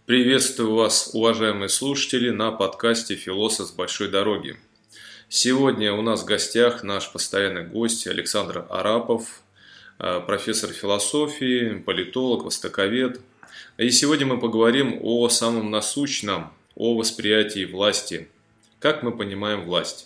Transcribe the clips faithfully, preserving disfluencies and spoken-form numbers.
Приветствую вас, уважаемые слушатели, на подкасте «Философ с большой дороги». Сегодня у нас в гостях наш постоянный гость Александр Арапов, профессор философии, политолог, востоковед. И сегодня мы поговорим о самом насущном, о восприятии власти. Как мы понимаем власть?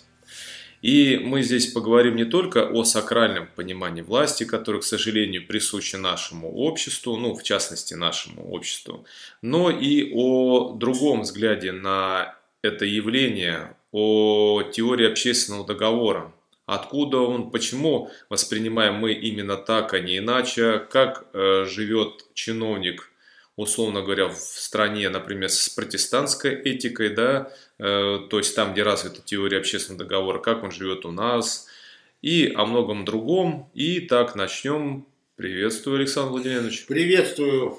И мы здесь поговорим не только о сакральном понимании власти, которое, к сожалению, присуще нашему обществу, ну, в частности, нашему обществу, но и о другом взгляде на это явление, о теории общественного договора. Откуда он, почему воспринимаем мы именно так, а не иначе, как э, живет чиновник, условно говоря, в стране, например, с протестантской этикой, да, э, то есть там, где развита теория общественного договора, как он живет у нас, и о многом другом. И так, начнем. Приветствую, Александр Владимирович. Приветствую.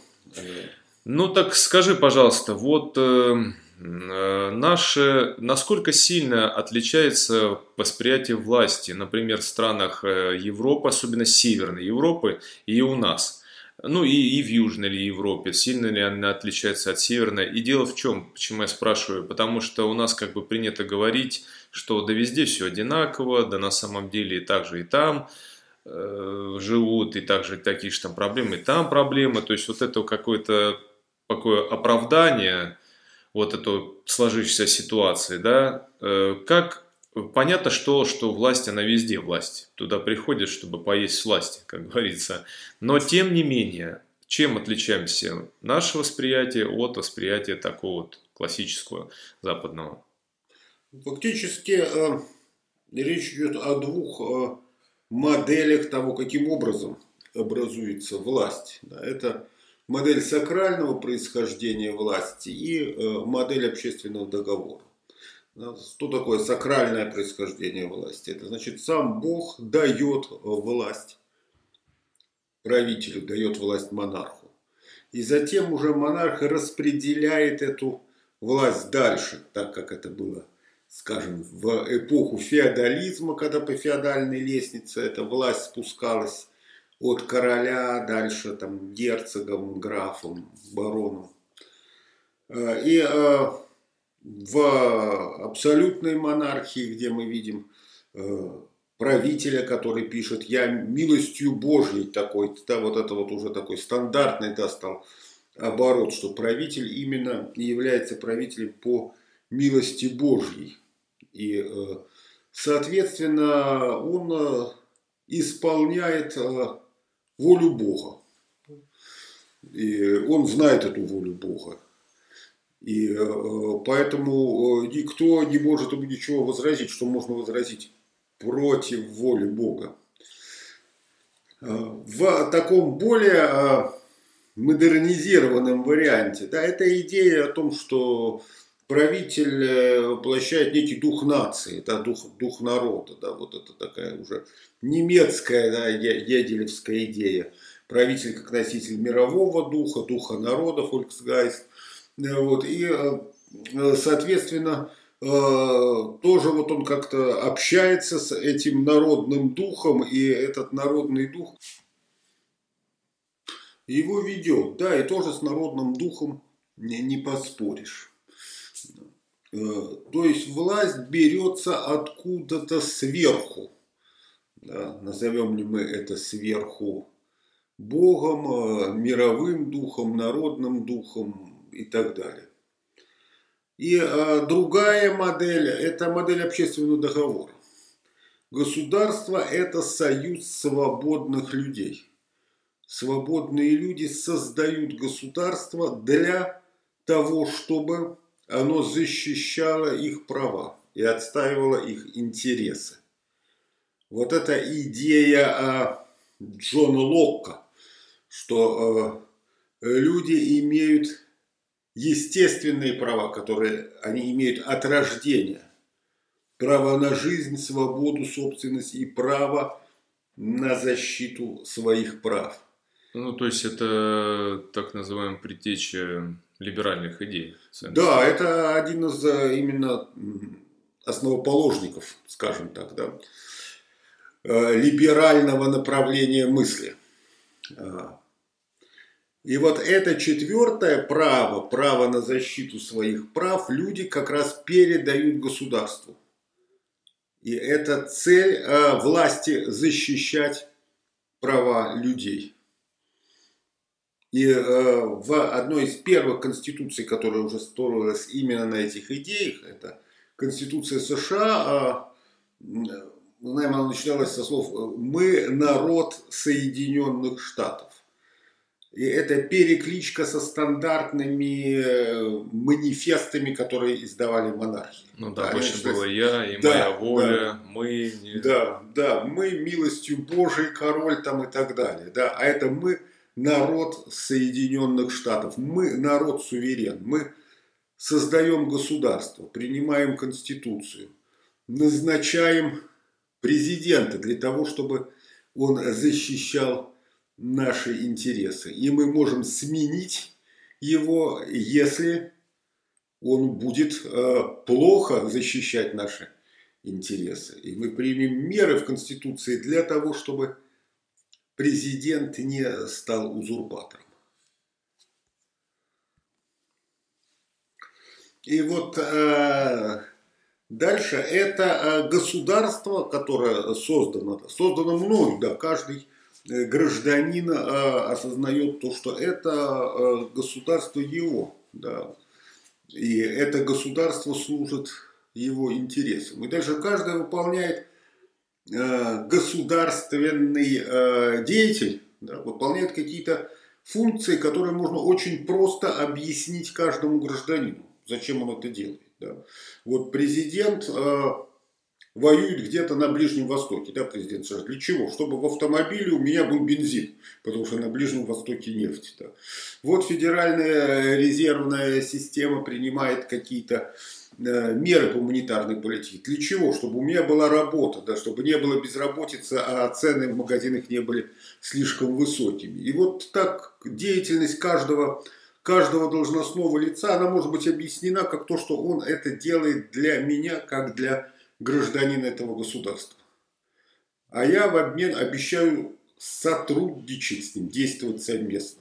Ну так скажи, пожалуйста, вот э, э, наше, насколько сильно отличается восприятие власти, например, в странах Европы, особенно Северной Европы, и у нас? Ну и, и в Южной ли Европе, сильно ли она отличается от Северной. И дело в чем, почему я спрашиваю, потому что у нас как бы принято говорить, что да везде все одинаково, да на самом деле и так же и там э, живут, и также такие же там проблемы, и там проблемы. То есть вот это какое-то такое оправдание вот этой сложившейся ситуации, да, э, как... Понятно, что, что власть, она везде власть. Туда приходят, чтобы поесть власти, как говорится. Но, тем не менее, чем отличаемся наше восприятие от восприятия такого вот классического западного? Фактически э, речь идет о двух э, моделях того, каким образом образуется власть. Да, это модель сакрального происхождения власти и э, модель общественного договора. Что такое сакральное происхождение власти? Это значит, сам Бог дает власть правителю, дает власть монарху. И затем уже монарх распределяет эту власть дальше, так как это было, скажем, в эпоху феодализма, когда по феодальной лестнице эта власть спускалась от короля дальше там, герцогам, графам, баронам. И в абсолютной монархии, где мы видим э, правителя, который пишет «я милостью Божьей» такой, да, вот это вот уже такой стандартный, да, стал оборот, что правитель именно является правителем по милости Божьей. И, э, соответственно, он э, исполняет э, волю Бога. И он знает эту волю Бога. И э, поэтому э, никто не может ему ничего возразить, что можно возразить против воли Бога. Э, в таком более э, модернизированном варианте, да, это идея о том, что правитель воплощает некий дух нации, да, дух, дух народа, да, вот это такая уже немецкая, да, гегелевская идея. Правитель как носитель мирового духа, духа народа, Volksgeist. Вот, и, соответственно, тоже вот он как-то общается с этим народным духом, и этот народный дух его ведет, да, и тоже с народным духом не, не поспоришь. То есть власть берется откуда-то сверху, да, назовем ли мы это сверху Богом, мировым духом, народным духом, и так далее. И а, другая модель, это модель общественного договора. Государство – это союз свободных людей. Свободные люди создают государство для того, чтобы оно защищало их права и отстаивало их интересы. Вот эта идея а, Джона Локка, что а, люди имеют естественные права, которые они имеют от рождения. Право на жизнь, свободу, собственность и право на защиту своих прав. Ну, то есть это так называемая предтеча либеральных идей. Да, это один из именно основоположников, скажем так, да, либерального направления мысли. И вот это четвертое право, право на защиту своих прав, люди как раз передают государству. И это цель э, власти защищать права людей. И э, в одной из первых конституций, которая уже строилась именно на этих идеях, это Конституция США, э, знаем, она начиналась со слов «Мы народ Соединенных Штатов». И это перекличка со стандартными манифестами, которые издавали монархи. Ну да, да больше было я и да, моя воля, да, мы... Не... Да, да, мы милостью Божией король там и так далее. Да, а это мы народ Соединенных Штатов, мы народ суверен, мы создаем государство, принимаем конституцию, назначаем президента для того, чтобы он защищал наши интересы. И мы можем сменить его, если он будет э, плохо защищать наши интересы. И мы примем меры в Конституции для того, чтобы президент не стал узурпатором. И вот э, дальше это государство, которое создано, создано мною, да, каждый гражданин э, осознает то, что это э, государство его, да, и это государство служит его интересам. И дальше каждый выполняет э, государственный э, деятель, да, выполняет какие-то функции, которые можно очень просто объяснить каждому гражданину, зачем он это делает. Да. Вот президент э, воюет где-то на Ближнем Востоке, да, президент США. Для чего? Чтобы в автомобиле у меня был бензин, потому что на Ближнем Востоке нефть. Да. Вот Федеральная резервная система принимает какие-то э, меры по монетарной политике. Для чего? Чтобы у меня была работа, да, чтобы не было безработицы, а цены в магазинах не были слишком высокими. И вот так деятельность каждого, каждого должностного лица, она может быть объяснена как то, что он это делает для меня, как для гражданин этого государства. А я в обмен обещаю сотрудничать с ним, действовать совместно.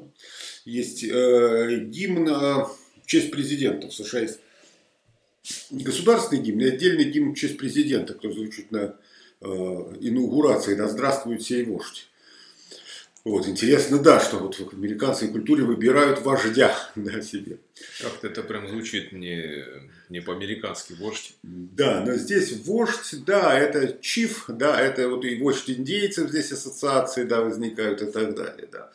Есть э, гимн э, в честь президента в США. Есть государственный гимн и отдельный гимн в честь президента, который звучит на э, инаугурации. Да здравствует сей вождь. Вот, интересно, да, что вот в американской культуре выбирают вождя, да, себе. Как-то это прям звучит не, не по-американски, вождь. Да, но здесь вождь, да, это чиф, да, это вот и вождь индейцев, здесь ассоциации, да, возникают и так далее, да.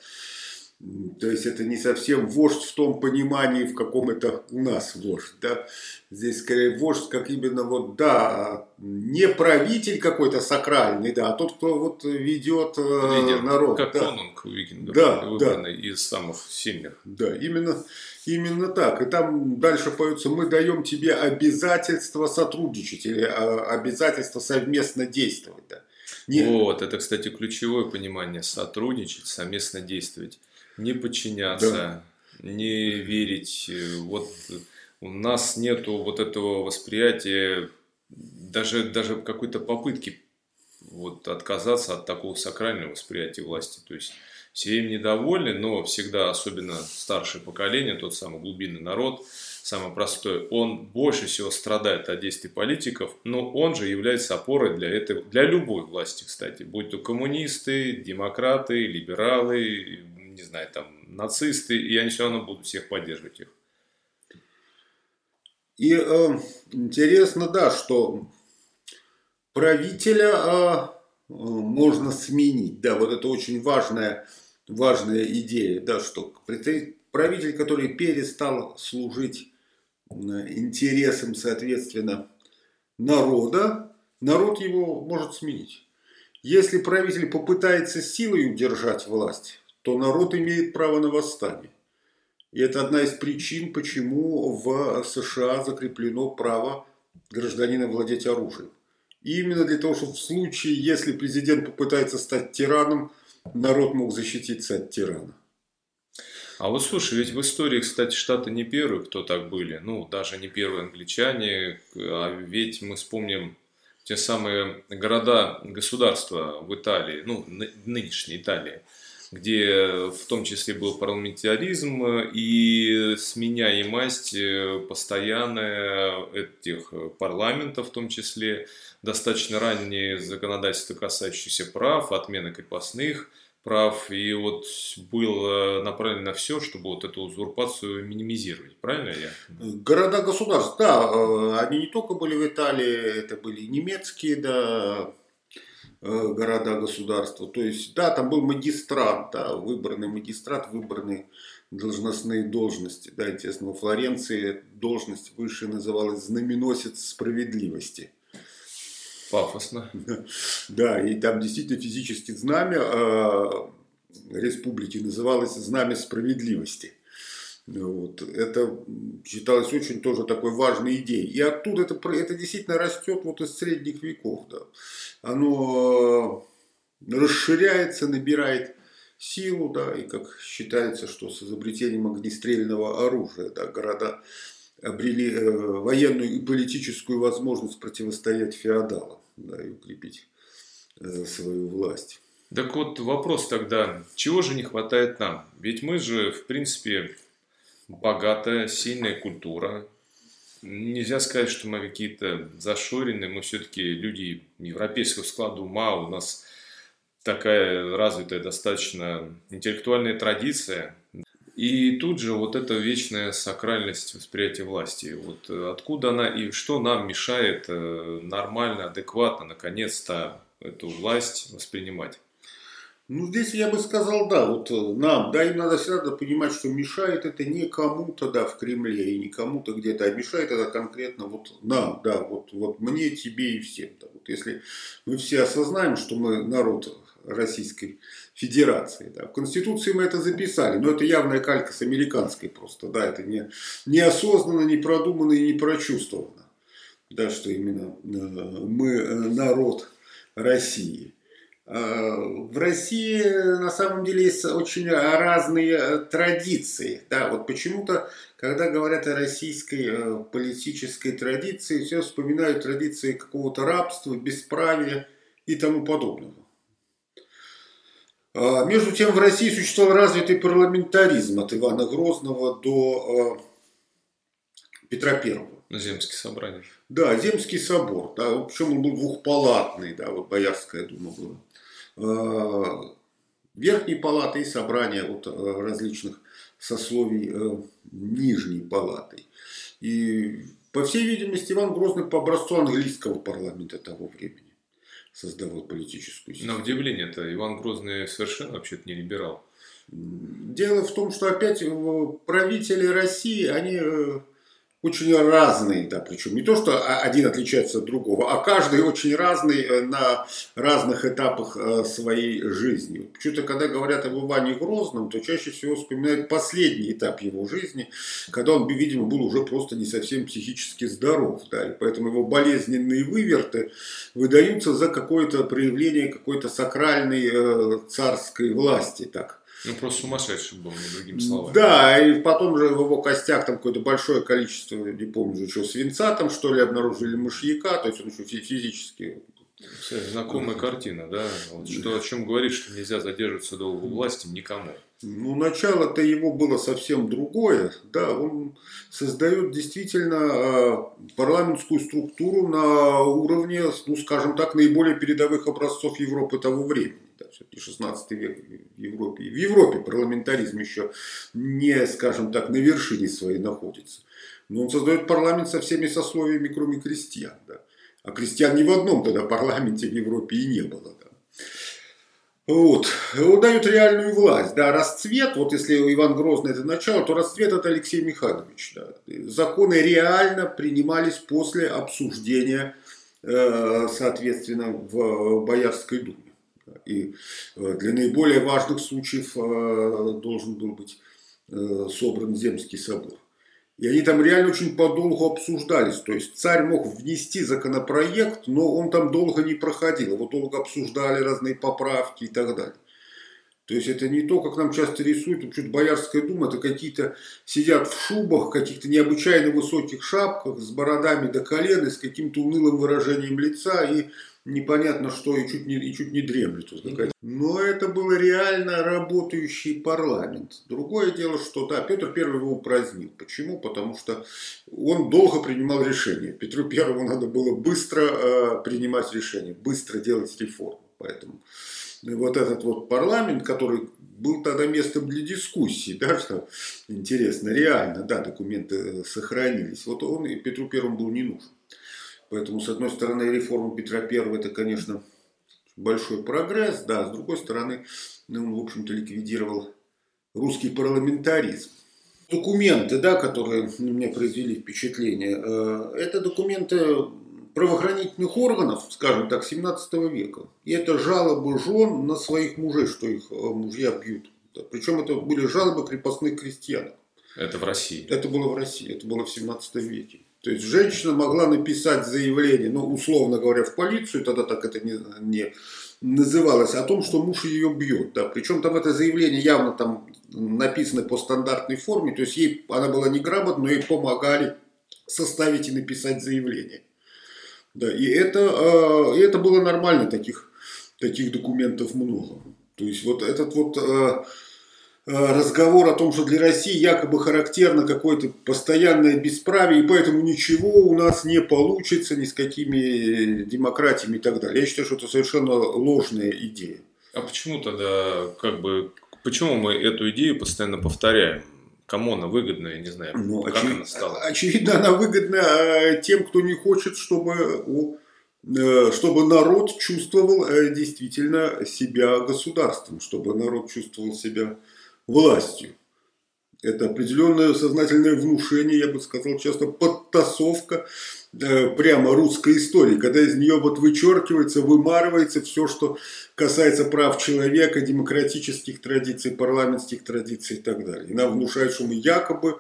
То есть это не совсем вождь в том понимании, в каком это у нас вождь, да. Здесь скорее вождь, как именно вот, да, не правитель какой-то сакральный, да, а тот, кто вот ведет Лидер, народ. как да. конунг у викингов, да, выбранный да. из самых сильных. Да, именно, именно так. И там дальше поется: мы даем тебе обязательство сотрудничать или обязательство совместно действовать. Да. Не... Вот, это, кстати, ключевое понимание: сотрудничать, совместно действовать. Не подчиняться, да. Не верить. Вот у нас нету вот этого восприятия, даже, даже какой-то попытки вот отказаться от такого сакрального восприятия власти. То есть все им недовольны, но всегда, особенно старшее поколение, тот самый глубинный народ, самый простой, он больше всего страдает от действий политиков, но он же является опорой для, этой, для любой власти, кстати. Будь то коммунисты, демократы, либералы, не знаю, там, нацисты, и они все равно будут всех поддерживать их. И э, интересно, да, что правителя э, можно сменить. Да, вот это очень важная, важная идея, да, что правитель, который перестал служить интересам, соответственно, народа, народ его может сменить. Если правитель попытается силой удержать власть, то народ имеет право на восстание. И это одна из причин, почему в США закреплено право гражданина владеть оружием. И именно для того, чтобы в случае, если президент попытается стать тираном, народ мог защититься от тирана. А вот слушай, ведь в истории, кстати, Штаты не первые, кто так были. Ну, даже не первые англичане. А ведь мы вспомним те самые города, государства в Италии, ну, нынешней Италии. где в том числе был парламентаризм и сменяемость постоянная этих парламентов, в том числе достаточно раннее законодательство, касающееся прав, отмены крепостных прав, и вот было направлено на все, чтобы вот эту узурпацию минимизировать. Правильно я? Города-государства, да, они не только были в Италии, это были и немецкие, да, города-государства. То есть, да, там был магистрат, да, выбранный магистрат, выбранные должностные должности. Да, интересно, во Флоренции должность выше называлась знаменосец справедливости. Пафосно. Да, и там действительно физически знамя э, республики называлось знамя справедливости. Вот. Это считалось очень тоже такой важной идеей. И оттуда это, это действительно растет вот из средних веков. Да. Оно расширяется, набирает силу, да, и как считается, что с изобретением огнестрельного оружия, да, города обрели э, военную и политическую возможность противостоять феодалам, да, и укрепить э, свою власть. Так вот вопрос тогда, чего же не хватает нам? Ведь мы же, в принципе, богатая, сильная культура. Нельзя сказать, что мы какие-то зашоренные, мы все-таки люди европейского склада ума, у нас такая развитая достаточно интеллектуальная традиция. И тут же вот эта вечная сакральность восприятия власти. Вот откуда она и что нам мешает нормально, адекватно, наконец-то эту власть воспринимать? Ну, здесь я бы сказал, да, вот нам, да, им надо всегда понимать, что мешает это не кому-то, да, в Кремле и не кому-то где-то, а мешает это конкретно вот нам, да, вот, вот мне, тебе и всем. Да. Вот если мы все осознаем, что мы народ Российской Федерации, да, в Конституции мы это записали, но это явная калька с американской просто, да, это не, неосознанно, не продуманно и не прочувствовано, да, что именно мы народ России. В России на самом деле есть очень разные традиции. Да, вот почему-то, когда говорят о российской политической традиции, все вспоминают традиции какого-то рабства, бесправия и тому подобного. Между тем в России существовал развитый парламентаризм от Ивана Грозного до Петра Первого. Земские собрания. Да, Земский собор. Да, причем он был двухпалатный, да, вот Боярская дума была. Верхней палаты и собрания вот различных сословий нижней палаты. И, по всей видимости, Иван Грозный по образцу английского парламента того времени создавал политическую систему. На удивление-то Иван Грозный совершенно вообще-то не либерал. Дело в том, что опять правители России, они очень разные, да, причем не то, что один отличается от другого, а каждый очень разный на разных этапах своей жизни. Почему-то, когда говорят об Иване Грозном, то чаще всего вспоминают последний этап его жизни, когда он, видимо, был уже просто не совсем психически здоров, да, и поэтому его болезненные выверты выдаются за какое-то проявление какой-то сакральной э, царской власти, так. Ну, просто сумасшедший был, не другими словами. Да, и потом же в его костях там какое-то большое количество, не помню, что свинца там, что ли, обнаружили, мышьяка, то есть он еще физически... Знакомая картина, да, вот что, о чем говорит, что нельзя задерживаться долго у власти никому. Ну, начало-то его было совсем другое, да, он создает действительно парламентскую структуру на уровне, ну, скажем так, наиболее передовых образцов Европы того времени. Все-таки шестнадцатый век в Европе. И в Европе парламентаризм еще не, скажем так, на вершине своей находится. Но он создает парламент со всеми сословиями, кроме крестьян. Да. А крестьян ни в одном тогда парламенте в Европе и не было. Да. Вот. Он дает реальную власть. Да. Расцвет, вот если Иван Грозный это начало, то расцвет это Алексей Михайлович. Да. Законы реально принимались после обсуждения, соответственно, в Боярской думе. И для наиболее важных случаев должен был быть собран Земский собор. И они там реально очень подолгу обсуждались. То есть царь мог внести законопроект, но он там долго не проходил. Его долго обсуждали, разные поправки и так далее. То есть это не то, как нам часто рисуют, что-то Боярская дума, это какие-то сидят в шубах, каких-то необычайно высоких шапках, с бородами до колен, и с каким-то унылым выражением лица, и непонятно что и чуть не, и чуть не дремлет. Но это был реально работающий парламент. Другое дело, что да, Петр Первый его упразднил. Почему? Потому что он долго принимал решения. Петру Первому надо было быстро э, принимать решения, быстро делать реформы. Поэтому вот этот вот парламент, который был тогда местом для дискуссий, да, что интересно, реально, да, документы сохранились. Вот он и Петру Первому был не нужен. Поэтому, с одной стороны, реформа Петра Первого это, конечно, большой прогресс, да, с другой стороны, он, в общем-то, ликвидировал русский парламентаризм. Документы, да, которые на меня произвели впечатление, это документы правоохранительных органов, скажем так, семнадцатого века. И это жалобы жен на своих мужей, что их мужья бьют. Причем это были жалобы крепостных крестьян. Это в России? Это было в России, это было в семнадцатом веке. То есть женщина могла написать заявление, ну, условно говоря, в полицию, тогда так это не, не называлось, о том, что муж ее бьет. Да. Причем там это заявление явно там написано по стандартной форме, то есть ей, она была неграмотна, но ей помогали составить и написать заявление. Да, и это, и это было нормально, таких, таких документов много. То есть вот этот вот разговор о том, что для России якобы характерно какое-то постоянное бесправие, и поэтому ничего у нас не получится ни с какими демократиями и так далее. Я считаю, что это совершенно ложная идея. А почему тогда, как бы, почему мы эту идею постоянно повторяем? Кому она выгодна, я не знаю, ну, как очевид... она стала. Очевидно, она выгодна тем, кто не хочет, чтобы, чтобы народ чувствовал действительно себя государством, чтобы народ чувствовал себя властью. Это определенное сознательное внушение, я бы сказал, часто подтасовка прямо русской истории, когда из нее вот вычеркивается, вымарывается все, что касается прав человека, демократических традиций, парламентских традиций и так далее. И нам внушают, что мы якобы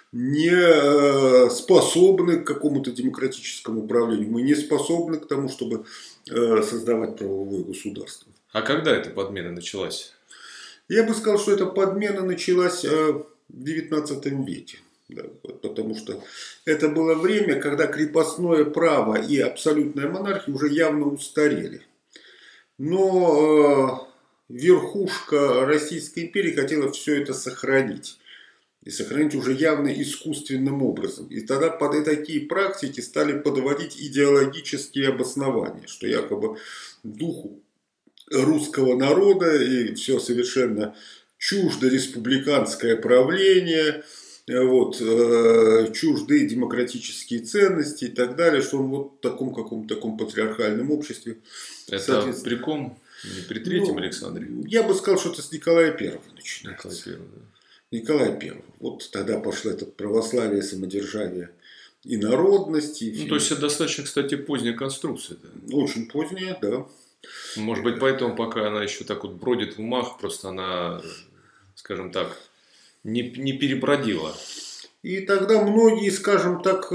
не способны к какому-то демократическому управлению, мы не способны к тому, чтобы создавать правовое государство. А когда эта подмена началась? Я бы сказал, что эта подмена началась в девятнадцатом веке. Да, потому что это было время, когда крепостное право и абсолютная монархия уже явно устарели. Но э, верхушка Российской империи хотела все это сохранить. И сохранить уже явно искусственным образом. И тогда под такие практики стали подводить идеологические обоснования, что якобы духу русского народа и все совершенно чуждо республиканское правление, вот, э, чужды демократические ценности и так далее, что он вот в таком каком-то таком патриархальном обществе. Это при ком? Не при третьем ну, Александре? Я бы сказал, что это с Николая Первого начинается. Николай Первый, да. Николай Первый. Вот тогда пошло это православие, самодержавие и народность. И ну, то есть это достаточно, кстати, поздняя конструкция. Да? Очень поздняя, да. Может быть, поэтому пока она еще так вот бродит в умах, просто она, скажем так, не, не перебродила. И тогда многие, скажем так,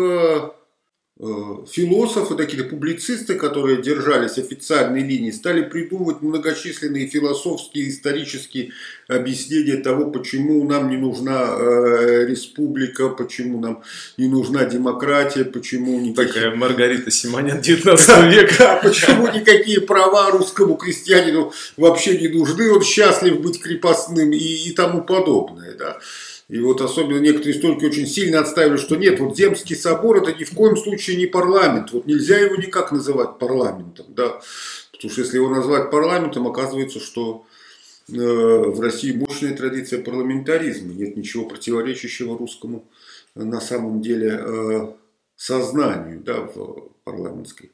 философы, такие публицисты, которые держались официальной линии, стали придумывать многочисленные философские, исторические объяснения того, почему нам не нужна э, республика, почему нам не нужна демократия, почему... Никакие... Такая Маргарита Симонян девятнадцатого века. Почему никакие права русскому крестьянину вообще не нужны, он счастлив быть крепостным и, и тому подобное, да. И вот особенно некоторые историки очень сильно отставили, что нет, вот Земский собор это ни в коем случае не парламент. Вот нельзя его никак называть парламентом. Да? Потому что если его назвать парламентом, оказывается, что э, в России мощная традиция парламентаризма. Нет ничего противоречащего русскому на самом деле э, сознанию, да, в парламентской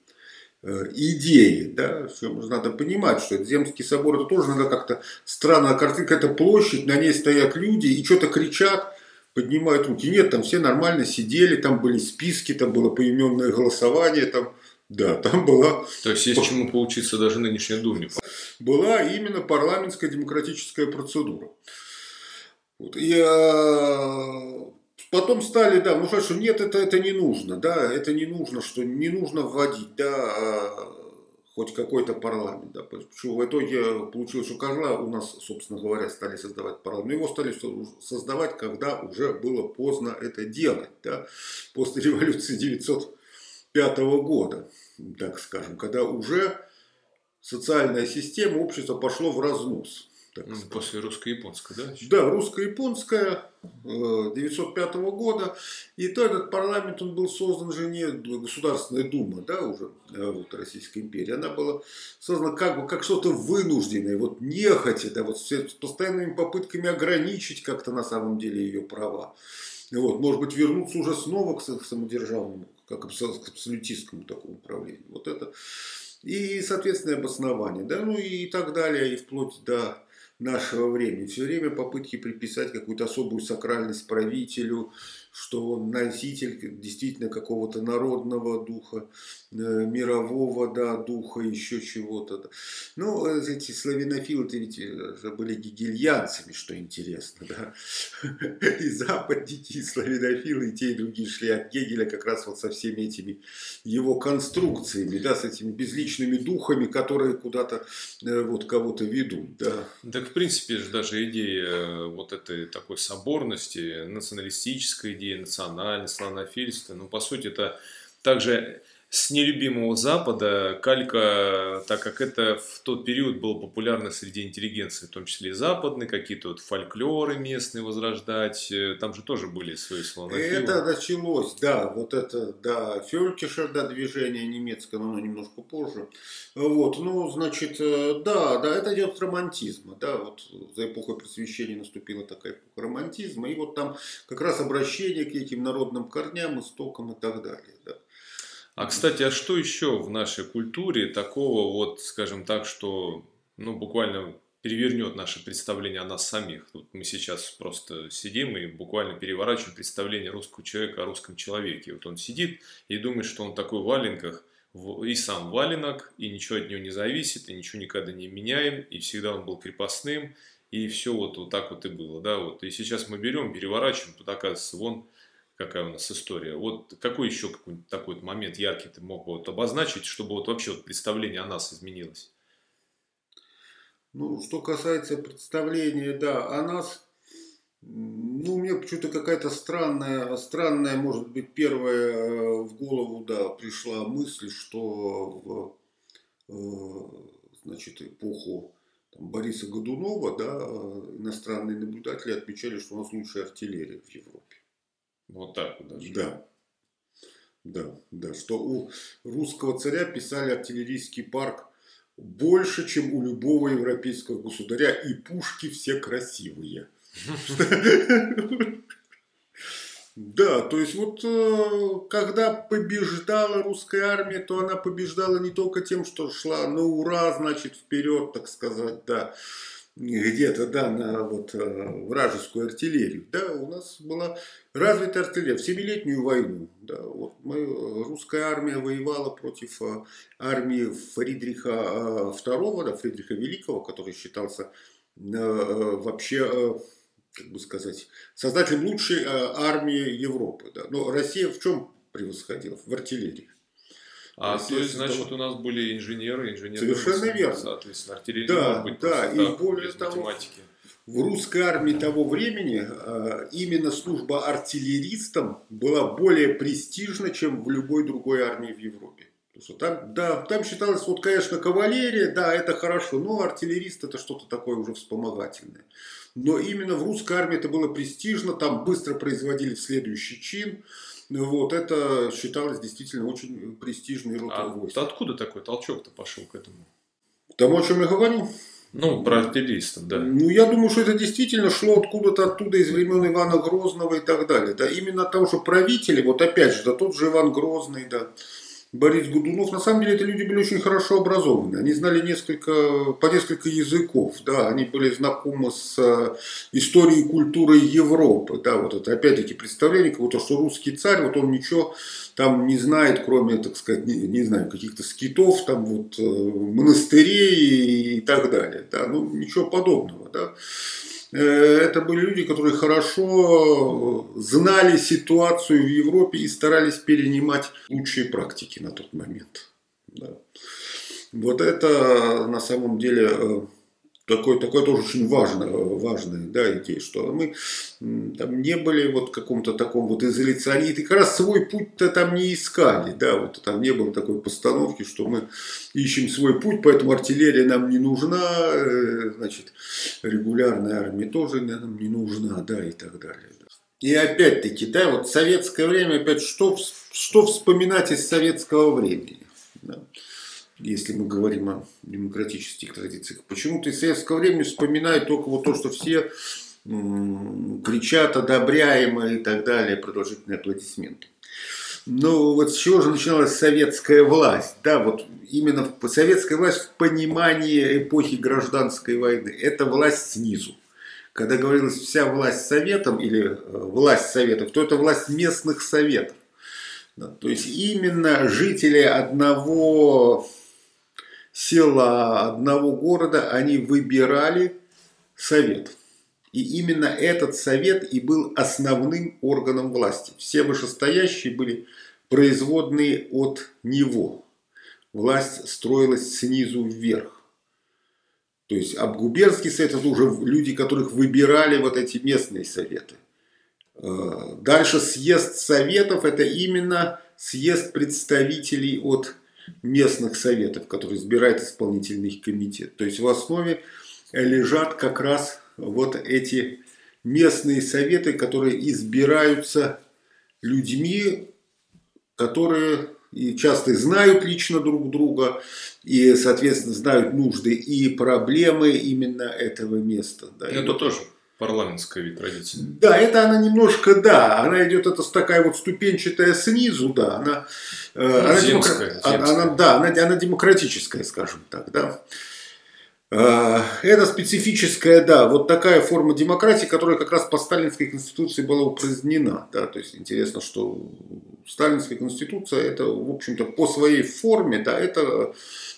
идеи, да, надо понимать, что Земский собор, это тоже надо как-то странная картинка, это площадь, на ней стоят люди и что-то кричат, поднимают руки. Нет, там все нормально сидели, там были списки, там было поименное голосование, там, да, там была... То есть есть чему поучиться даже нынешней Думе. Была именно парламентская демократическая процедура. Вот. И, а... Потом стали, да, ну что нет, это, это не нужно, да, это не нужно, что не нужно вводить, да, хоть какой-то парламент, да, почему в итоге получилось, что когда у нас, собственно говоря, стали создавать парламент, но его стали создавать, когда уже было поздно это делать, да, после революции тысяча девятьсот пятого года, так скажем, когда уже социальная система общества пошло в разнос. Ну, после русско-японской, да? Да, русско-японская девятьсот пятого года. И то этот парламент, он был создан же не Государственная Дума, да, уже вот, Российской империи. Она была создана как бы как что-то вынужденное, вот нехотя, да, вот с постоянными попытками ограничить как-то на самом деле ее права. Вот, может быть, вернуться уже снова к самодержавному, как к абсолютистскому такому управлению. Вот это. И, соответственно, обоснование, да, ну и так далее, и вплоть до нашего времени. Все время попытки приписать какую-то особую сакральность правителю, что он носитель действительно какого-то народного духа, мирового, да, духа, еще чего-то. Ну, эти славянофилы-то ведь же были гегельянцами, что интересно, да. И западники, и славянофилы, и те, и другие шли от Гегеля как раз вот со всеми этими его конструкциями, да, с этими безличными духами, которые куда-то вот кого-то ведут, да. Так, в принципе, же даже идея вот этой такой соборности, националистическая идея, национальность, славянофильство, ну, по сути, это также с нелюбимого Запада калька, так как это в тот период было популярно среди интеллигенции, в том числе и западной, какие-то вот фольклоры местные возрождать, там же тоже были свои славянофилы. Это началось, да, вот это, да, Фелькишер, да, движение немецкое, но оно немножко позже. Вот, ну, значит, да, да, это идет от романтизма, да, вот за эпохой просвещения наступила такая эпоха романтизма, и вот там как раз обращение к этим народным корням, истокам и так далее, да. А, кстати, а что еще в нашей культуре такого, вот, скажем так, что, ну, буквально перевернет наше представление о нас самих? Вот мы сейчас просто сидим и буквально переворачиваем представление русского человека о русском человеке. Вот он сидит и думает, что он такой в валенках, и сам валенок, и ничего от него не зависит, и ничего никогда не меняем, и всегда он был крепостным, и все вот, вот так вот и было, да, вот. И сейчас мы берем, переворачиваем, тут оказывается, вон какая у нас история. Вот какой еще какой-нибудь такой момент яркий ты мог бы вот обозначить, чтобы вот вообще вот представление о нас изменилось? Ну, что касается представления, да, о нас, ну, у меня почему-то какая-то странная, странная, может быть, первая в голову, да, пришла мысль, что в, значит, эпоху там, Бориса Годунова, да, иностранные наблюдатели отмечали, что у нас лучшая артиллерия в Европе. Вот так вот даже. Да. Да, да, что у русского царя писали артиллерийский парк больше, чем у любого европейского государя, и пушки все красивые. Да, то есть вот когда побеждала русская армия, то она побеждала не только тем, что шла на ура, значит, вперед, так сказать, да, где-то, да, на вот вражескую артиллерию. Да, у нас была развитая артиллерия в Семилетнюю войну. Да, вот мы, русская армия воевала против армии Фридриха второго, да, Фридриха Великого, который считался вообще, как бы сказать, создателем лучшей армии Европы. Да. Но Россия в чем превосходила? В артиллерии. А, то есть, значит, у нас были инженеры, инженеры. Совершенно верно. Соответственно, артиллерия да, может быть да, просто и так, более без того, математики. В русской армии того времени именно служба артиллеристом была более престижна, чем в любой другой армии в Европе. Потому что там, да, там считалось, вот, конечно, кавалерия, да, это хорошо, но артиллерист это что-то такое уже вспомогательное. Но именно в русской армии это было престижно, там быстро производили следующий чин. Вот, это считалось действительно очень престижной ротой а войск. Откуда такой толчок-то пошел к этому? Тому, о чем я говорю? Ну, про артиллеристов, да. Ну, я думаю, что это действительно шло откуда-то оттуда, из времен Ивана Грозного и так далее. Да, именно от того, что правители, вот опять же, да, тот же Иван Грозный, да, Борис Годунов, на самом деле, это люди были очень хорошо образованы. Они знали несколько, по несколько языков, да, они были знакомы с историей и культурой Европы, да, вот это опять-таки представление, как будто, что русский царь, вот он ничего там не знает, кроме, так сказать, не, не знаю, каких-то скитов, там вот монастырей и так далее, да, ну, ничего подобного, да. Это были люди, которые хорошо знали ситуацию в Европе и старались перенимать лучшие практики на тот момент. Да. Вот это на самом деле такой, такой тоже очень важная, важная, да, идея, что мы там не были вот в каком-то таком вот изоляционе, и как раз свой путь-то там не искали, да, вот там не было такой постановки, что мы ищем свой путь, поэтому артиллерия нам не нужна, значит, регулярная армия тоже нам не нужна, да, и так далее. И опять-таки, да, вот советское время, опять, что, что вспоминать из советского времени, да? Если мы говорим о демократических традициях. Почему-то из советского времени вспоминают только вот то, что все м- кричат одобряемо и так далее, продолжительные аплодисменты. Но вот с чего же начиналась советская власть? Да, вот именно советская власть в понимании эпохи гражданской войны. Это власть снизу. Когда говорилось вся власть советом или власть советов, то это власть местных советов. Да, то есть именно жители одного села, одного города, они выбирали совет. И именно этот совет и был основным органом власти. Все вышестоящие были производные от него. Власть строилась снизу вверх. То есть об губернский совет это уже люди, которых выбирали вот эти местные советы. Дальше съезд советов это именно съезд представителей от местных советов, которые избирает исполнительный комитет. То есть в основе лежат как раз вот эти местные советы, которые избираются людьми, которые и часто знают лично друг друга и, соответственно, знают нужды и проблемы именно этого места. Да. Это и тоже парламентская ведь традиция. Да, это она немножко, да, она идет, это такая вот ступенчатая снизу, да, она, ну, она, земская, демокра... земская. Она, да, она, она демократическая, скажем так, да. Это специфическая, да, вот такая форма демократии, которая как раз по Сталинской конституции была упразднена, да, то есть интересно, что Сталинская конституция, это, в общем-то, по своей форме, да, это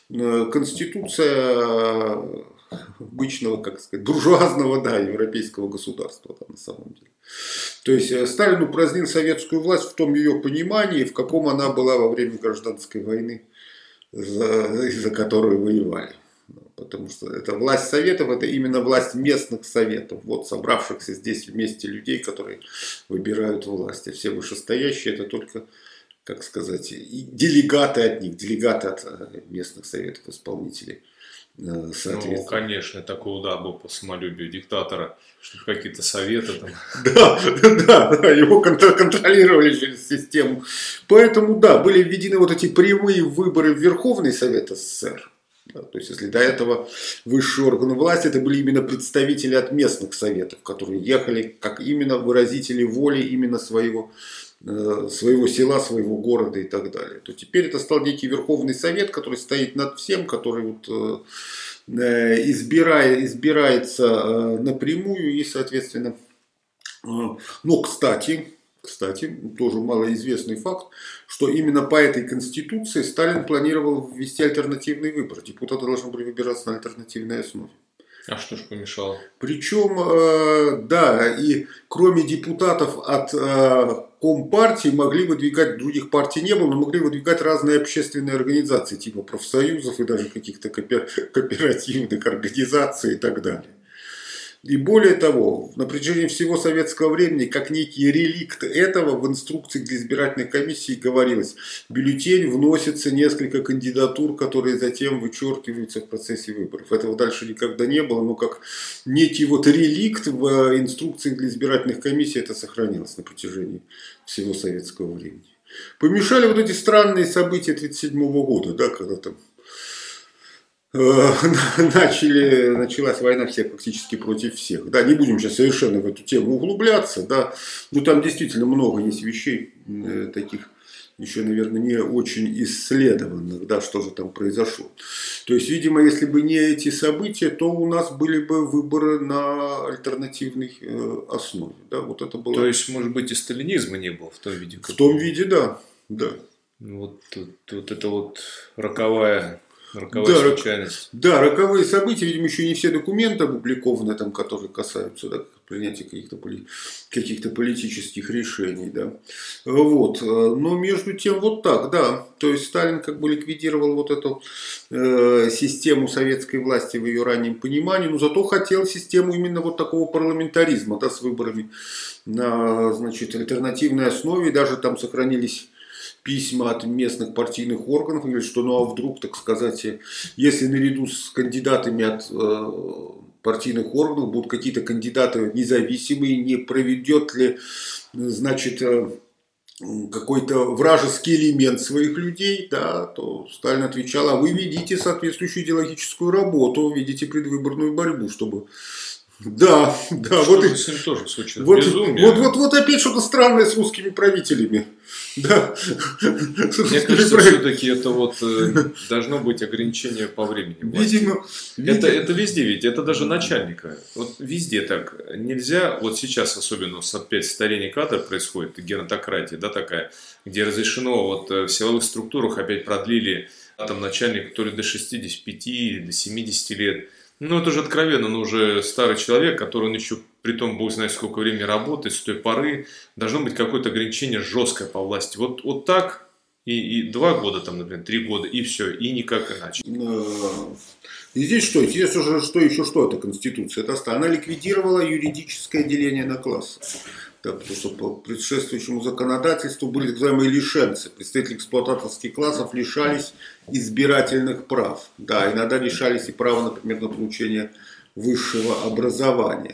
конституция обычного, как сказать, буржуазного, да, европейского государства, да, на самом деле. То есть Сталин упразднил советскую власть в том ее понимании, в каком она была во время гражданской войны, за, за которую воевали. Потому что это власть советов, это именно власть местных советов, вот собравшихся здесь вместе людей, которые выбирают власть. А все вышестоящие это только, как сказать, делегаты от них, делегаты от местных советов исполнителей. Ну, конечно, такой удар был по самолюбию диктатора, чтобы какие-то советы там. Да, да, да, его контролировали через систему. Поэтому, да, были введены вот эти прямые выборы в Верховный Совет СССР. Да, то есть, если до этого высшие органы власти, это были именно представители от местных советов, которые ехали как именно выразители воли именно своего, э, своего села, своего города и так далее, то теперь это стал некий Верховный Совет, который стоит над всем, который вот, э, избирает, избирается э, напрямую и, соответственно, э, но, кстати... Кстати, тоже малоизвестный факт, что именно по этой конституции Сталин планировал ввести альтернативный выбор. Депутаты должны были выбираться на альтернативной основе. А что ж помешало? Причем, э, да, и кроме депутатов от э, Компартии могли выдвигать, других партий не было, но могли выдвигать разные общественные организации, типа профсоюзов и даже каких-то кооперативных организаций и так далее. И более того, на протяжении всего советского времени, как некий реликт этого, в инструкции для избирательной комиссии говорилось: в бюллетень вносится несколько кандидатур, которые затем вычеркиваются в процессе выборов. Этого дальше никогда не было, но как некий вот реликт в инструкции для избирательных комиссий это сохранилось на протяжении всего советского времени. Помешали вот эти странные события тысяча девятьсот тридцать седьмого года, да, когда там Начали, началась война всех практически против всех. Да, не будем сейчас совершенно в эту тему углубляться, да, но там действительно много есть вещей э, таких еще, наверное, не очень исследованных, да, что же там произошло. То есть, видимо, если бы не эти события, то у нас были бы выборы на альтернативной э, основе, да, вот это было. То есть, может быть, и сталинизма не было в том виде? В том виде, да, да. Вот, вот, вот это вот роковая Роковая Да, случайность. да, роковые события, видимо, еще не все документы опубликованы, там, которые касаются, да, принятия каких-то поли... каких-то политических решений, да. Вот. Но между тем вот так, да. То есть Сталин как бы ликвидировал вот эту э, систему советской власти в ее раннем понимании, но зато хотел систему именно вот такого парламентаризма, да, с выборами на, значит, альтернативной основе, даже там сохранились письма от местных партийных органов, говорят, что ну а вдруг, так сказать, если наряду с кандидатами от э, партийных органов будут какие-то кандидаты независимые, не проведет ли, значит, э, какой-то вражеский элемент своих людей, да, то Сталин отвечал, а вы ведите соответствующую идеологическую работу, ведите предвыборную борьбу, чтобы... Да, да, что вот, же с ним тоже случилось? вот, Безумие. вот, вот, вот опять что-то странное с русскими правителями. Да. Мне кажется, все-таки это вот э, должно быть ограничение по времени. Видимо, это, это везде ведь, это даже начальника. Вот везде так. Нельзя, вот сейчас особенно опять старение кадра происходит, генотократия, да, такая, где разрешено вот в силовых структурах опять продлили там начальника то ли до шестидесяти пяти, до семидесяти лет. Ну, это же откровенно, но уже старый человек, который он еще, при том, бог знает сколько времени работает, с той поры, должно быть какое-то ограничение жесткое по власти. Вот, вот так и, и два года, там, например, три года, и все, и никак иначе. И здесь что? Здесь уже что, еще что это Конституция? Это она ликвидировала юридическое деление на классы. Да, потому что по предшествующему законодательству были так называемые лишенцы. Представители эксплуататорских классов лишались избирательных прав. Да, иногда лишались и права, например, на получение высшего образования.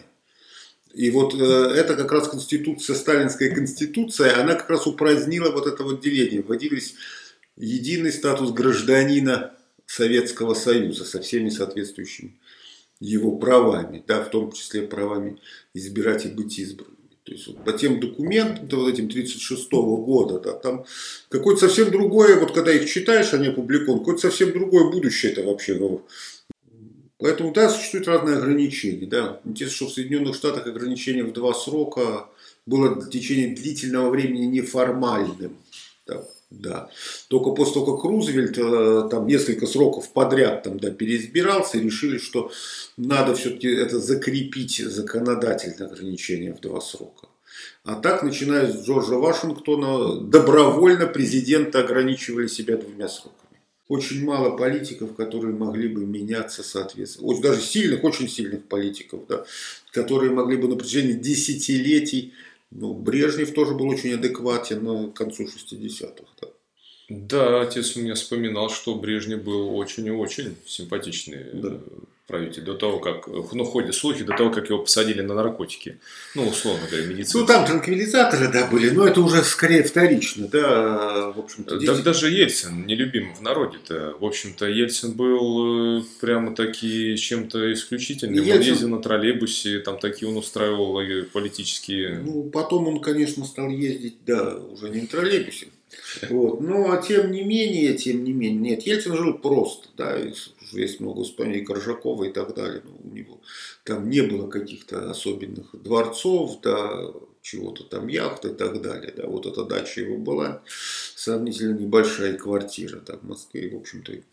И вот э, это как раз конституция, сталинская конституция, она как раз упразднила вот это вот деление. Вводились единый статус гражданина Советского Союза со всеми соответствующими его правами, да, в том числе правами избирать и быть избранным. То есть вот по тем документам, вот этим тридцать шестого года, да, там какое-то совсем другое, вот когда их читаешь, они опубликованы, какое-то совсем другое будущее это вообще. Ну, поэтому, да, существуют разные ограничения. Да. Интересно, что в Соединенных Штатах ограничение в два срока было в течение длительного времени неформальным. Да. Да. Только после того, как Рузвельт там несколько сроков подряд там, да, переизбирался, и решили, что надо все-таки это закрепить законодательное ограничение в два срока. А так, начиная с Джорджа Вашингтона, добровольно президенты ограничивали себя двумя сроками. Очень мало политиков, которые могли бы меняться соответственно. Даже сильных, очень сильных политиков, да, которые могли бы на протяжении десятилетий. Ну, Брежнев тоже был очень адекватен к концу шестидесятых. Да. Да, отец у меня вспоминал, что Брежнев был очень и очень симпатичный да. правитель. До того, как, ну, ходят слухи, до того, как его посадили на наркотики. Ну, условно говоря, медицинские. Ну, там транквилизаторы, да, были, но это уже скорее вторично, да, в общем-то. Да, даже Ельцин, нелюбим в народе-то. В общем-то, Ельцин был прямо-таки чем-то исключительным. Ельцин... Он ездил на троллейбусе, там такие он устраивал политические... Ну, потом он, конечно, стал ездить, да, уже не на троллейбусе. Вот. Но тем не менее, тем не менее, нет, Ельцин жил просто, да, есть много воспоминаний Коржакова и так далее, но у него там не было каких-то особенных дворцов, да, чего-то там, яхт и так далее, да, вот эта дача его была, сравнительно небольшая квартира там в Москве, в общем-то, и,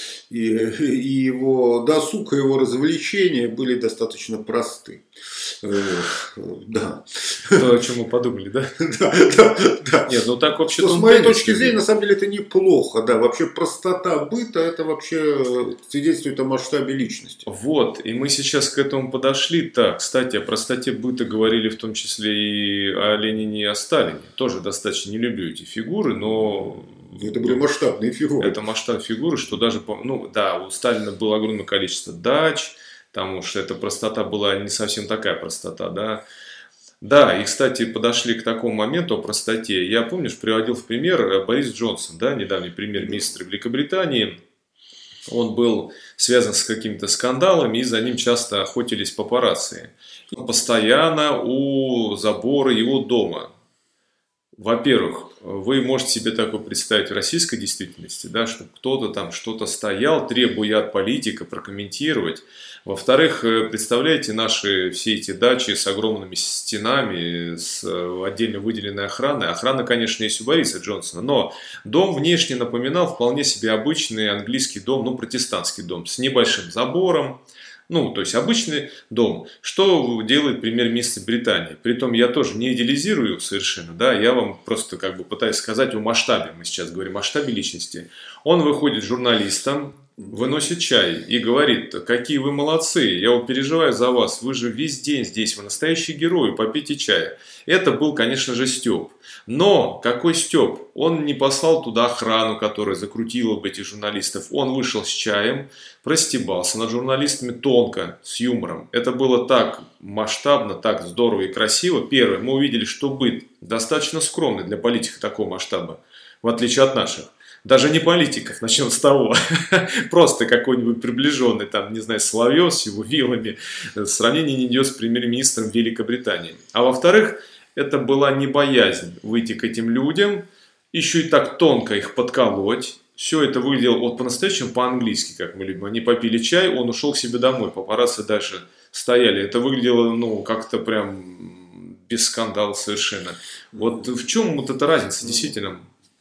и его досуг, и его развлечения были достаточно просты. Вот, да. То, о чем мы подумали, да? Да, да, да. Нет, ну так вообще-то... С моей точки зрения, на самом деле, это неплохо, да. Вообще простота быта, это вообще свидетельствует о масштабе личности. Вот, и мы сейчас к этому подошли. Так, кстати, о простоте быта говорили в том числе и о Ленине, и о Сталине. Тоже достаточно не люблю эти фигуры, но... Это были масштабные фигуры. Это масштаб фигуры, что даже, ну да, у Сталина было огромное количество дач, потому что эта простота была не совсем такая простота, да. Да, и, кстати, подошли к такому моменту о простоте. Я, помнишь, приводил в пример Борис Джонсон, да, недавний премьер-министр Великобритании. Он был связан с какими-то скандалами, и за ним часто охотились папарацци. Постоянно у забора его дома. Во-первых, вы можете себе такое представить в российской действительности, да, что кто-то там что-то стоял, требуя от политика прокомментировать. Во-вторых, э, представляете наши все эти дачи с огромными стенами, с э, отдельно выделенной охраной. Охрана, конечно, есть у Бориса Джонсона, но дом внешне напоминал вполне себе обычный английский дом, ну, протестантский дом, с небольшим забором. Ну, то есть обычный дом. Что делает премьер-министр Британии? Притом я тоже не идеализирую совершенно, да, я вам просто как бы пытаюсь сказать о масштабе, мы сейчас говорим о масштабе личности. Он выходит журналистам, выносит чай и говорит: какие вы молодцы, я вот переживаю за вас, вы же весь день здесь, вы настоящий герой, попейте чая. Это был, конечно же, стёб. Но какой стёб? Он не послал туда охрану, которая закрутила бы этих журналистов. Он вышел с чаем, простебался над журналистами тонко, с юмором. Это было так масштабно, так здорово и красиво. Первое, мы увидели, что быт достаточно скромный для политика такого масштаба, в отличие от наших. Даже не политиков, начнем с того. Просто какой-нибудь приближенный, там, не знаю, Соловьев с его вилами. Сравнение не идет с премьер-министром Великобритании. А во-вторых, это была не боязнь выйти к этим людям, еще и так тонко их подколоть. Все это выглядело вот по-настоящему по-английски, как мы любим. Они попили чай, он ушел к себе домой, папарацци дальше стояли. Это выглядело, ну, как-то прям без скандала совершенно. Вот в чем вот эта разница, действительно?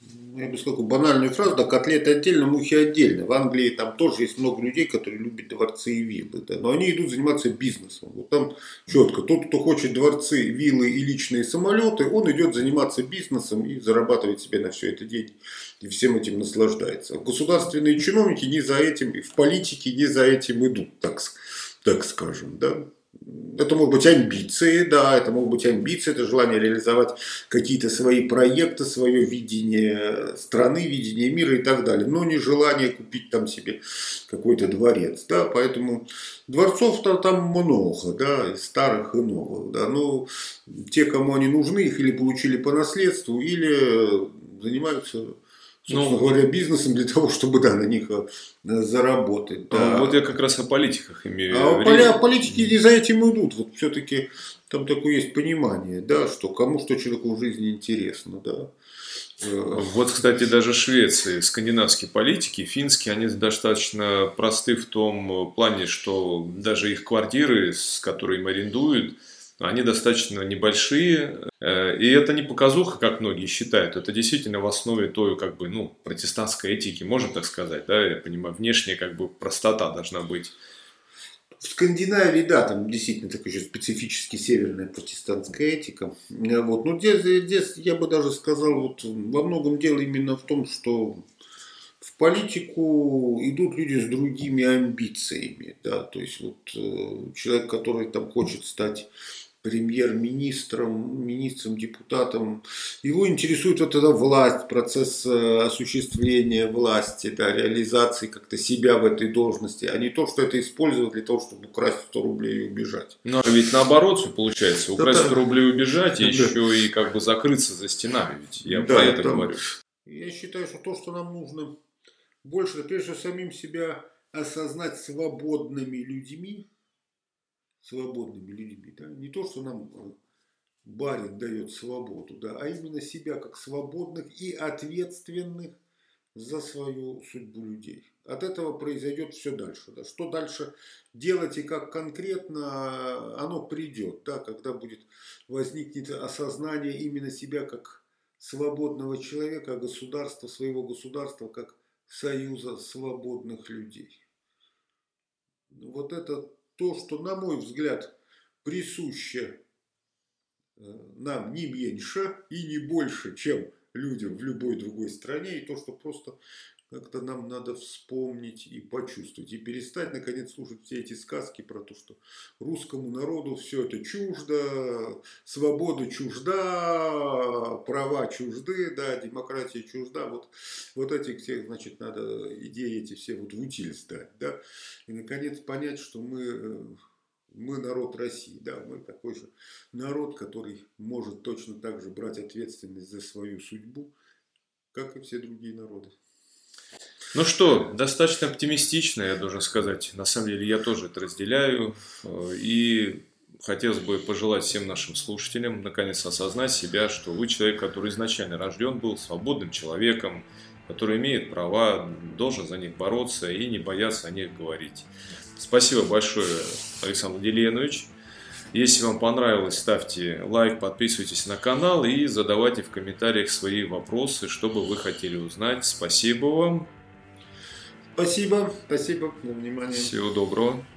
Я бы сказал банальную фразу: да, котлеты отдельно, мухи отдельно. В Англии там тоже есть много людей, которые любят дворцы и виллы, да, но они идут заниматься бизнесом. Вот там четко: тот, кто хочет дворцы, виллы и личные самолеты, он идет заниматься бизнесом и зарабатывает себе на все это деньги. И всем этим наслаждается. Государственные чиновники не за этим, и в политике не за этим идут, так, так скажем, да. Это могут быть амбиции, да, это могут быть амбиции, это желание реализовать какие-то свои проекты, свое видение страны, видение мира и так далее. Но не желание купить там себе какой-то дворец, да, поэтому дворцов-то там много, да, и старых, и новых, да, но те, кому они нужны, их или получили по наследству, или занимаются, собственно ну, говоря, бизнесом для того, чтобы, да, на них заработать. Да. А, вот я как раз о политиках имею. А время. Политики не за этим идут. Вот все-таки там такое есть понимание, да, что кому что человеку в жизни интересно, да. Вот, кстати, даже Швеции, скандинавские политики, финские, они достаточно просты в том плане, что даже их квартиры, с которыми арендуют, они достаточно небольшие, и это не показуха, как многие считают, это действительно в основе той, как бы, ну, протестантской этики, можно так сказать, да, я понимаю, внешняя, как бы, простота должна быть. В Скандинавии, да, там действительно такая еще специфически северная протестантская этика, вот, но здесь, здесь, я бы даже сказал, вот, во многом дело именно в том, что в политику идут люди с другими амбициями, да, то есть вот человек, который там хочет стать премьер-министром, министром, депутатом, его интересует вот эта власть, процесс осуществления власти, да, реализации как-то себя в этой должности, а не то, что это использовать для того, чтобы украсть сто рублей и убежать. Ну, а ведь наоборот все получается, украсть сто рублей и убежать, и еще и как бы закрыться за стенами, ведь я да, про это там, говорю. Я считаю, что то, что нам нужно больше, прежде всего, самим себя осознать свободными людьми, свободными людьми, да, не то, что нам барин дает свободу, да, а именно себя как свободных и ответственных за свою судьбу людей. От этого произойдет все дальше. Да. Что дальше делать и как конкретно, оно придет, да, когда будет возникнет осознание именно себя как свободного человека, государства, своего государства, как союза свободных людей. Вот это то, что, на мой взгляд, присуще нам не меньше и не больше, чем людям в любой другой стране, и то, что просто как-то нам надо вспомнить и почувствовать, и перестать, наконец, слушать все эти сказки про то, что русскому народу все это чуждо, свобода чужда, права чужды, да, демократия чужда. Вот, вот этих всех, значит, надо идеи эти все вот в утиль сдать, да, и, наконец, понять, что мы... Мы народ России, да, мы такой же народ, который может точно так же брать ответственность за свою судьбу, как и все другие народы. Ну что, достаточно оптимистично, я должен сказать. На самом деле я тоже это разделяю. И хотелось бы пожелать всем нашим слушателям наконец осознать себя, что вы человек, который изначально рожден был свободным человеком, который имеет права, должен за них бороться и не бояться о них говорить. Спасибо большое, Александр Деленович. Если вам понравилось, ставьте лайк, подписывайтесь на канал и задавайте в комментариях свои вопросы, что бы вы хотели узнать. Спасибо вам. Спасибо, спасибо за внимание. Всего доброго.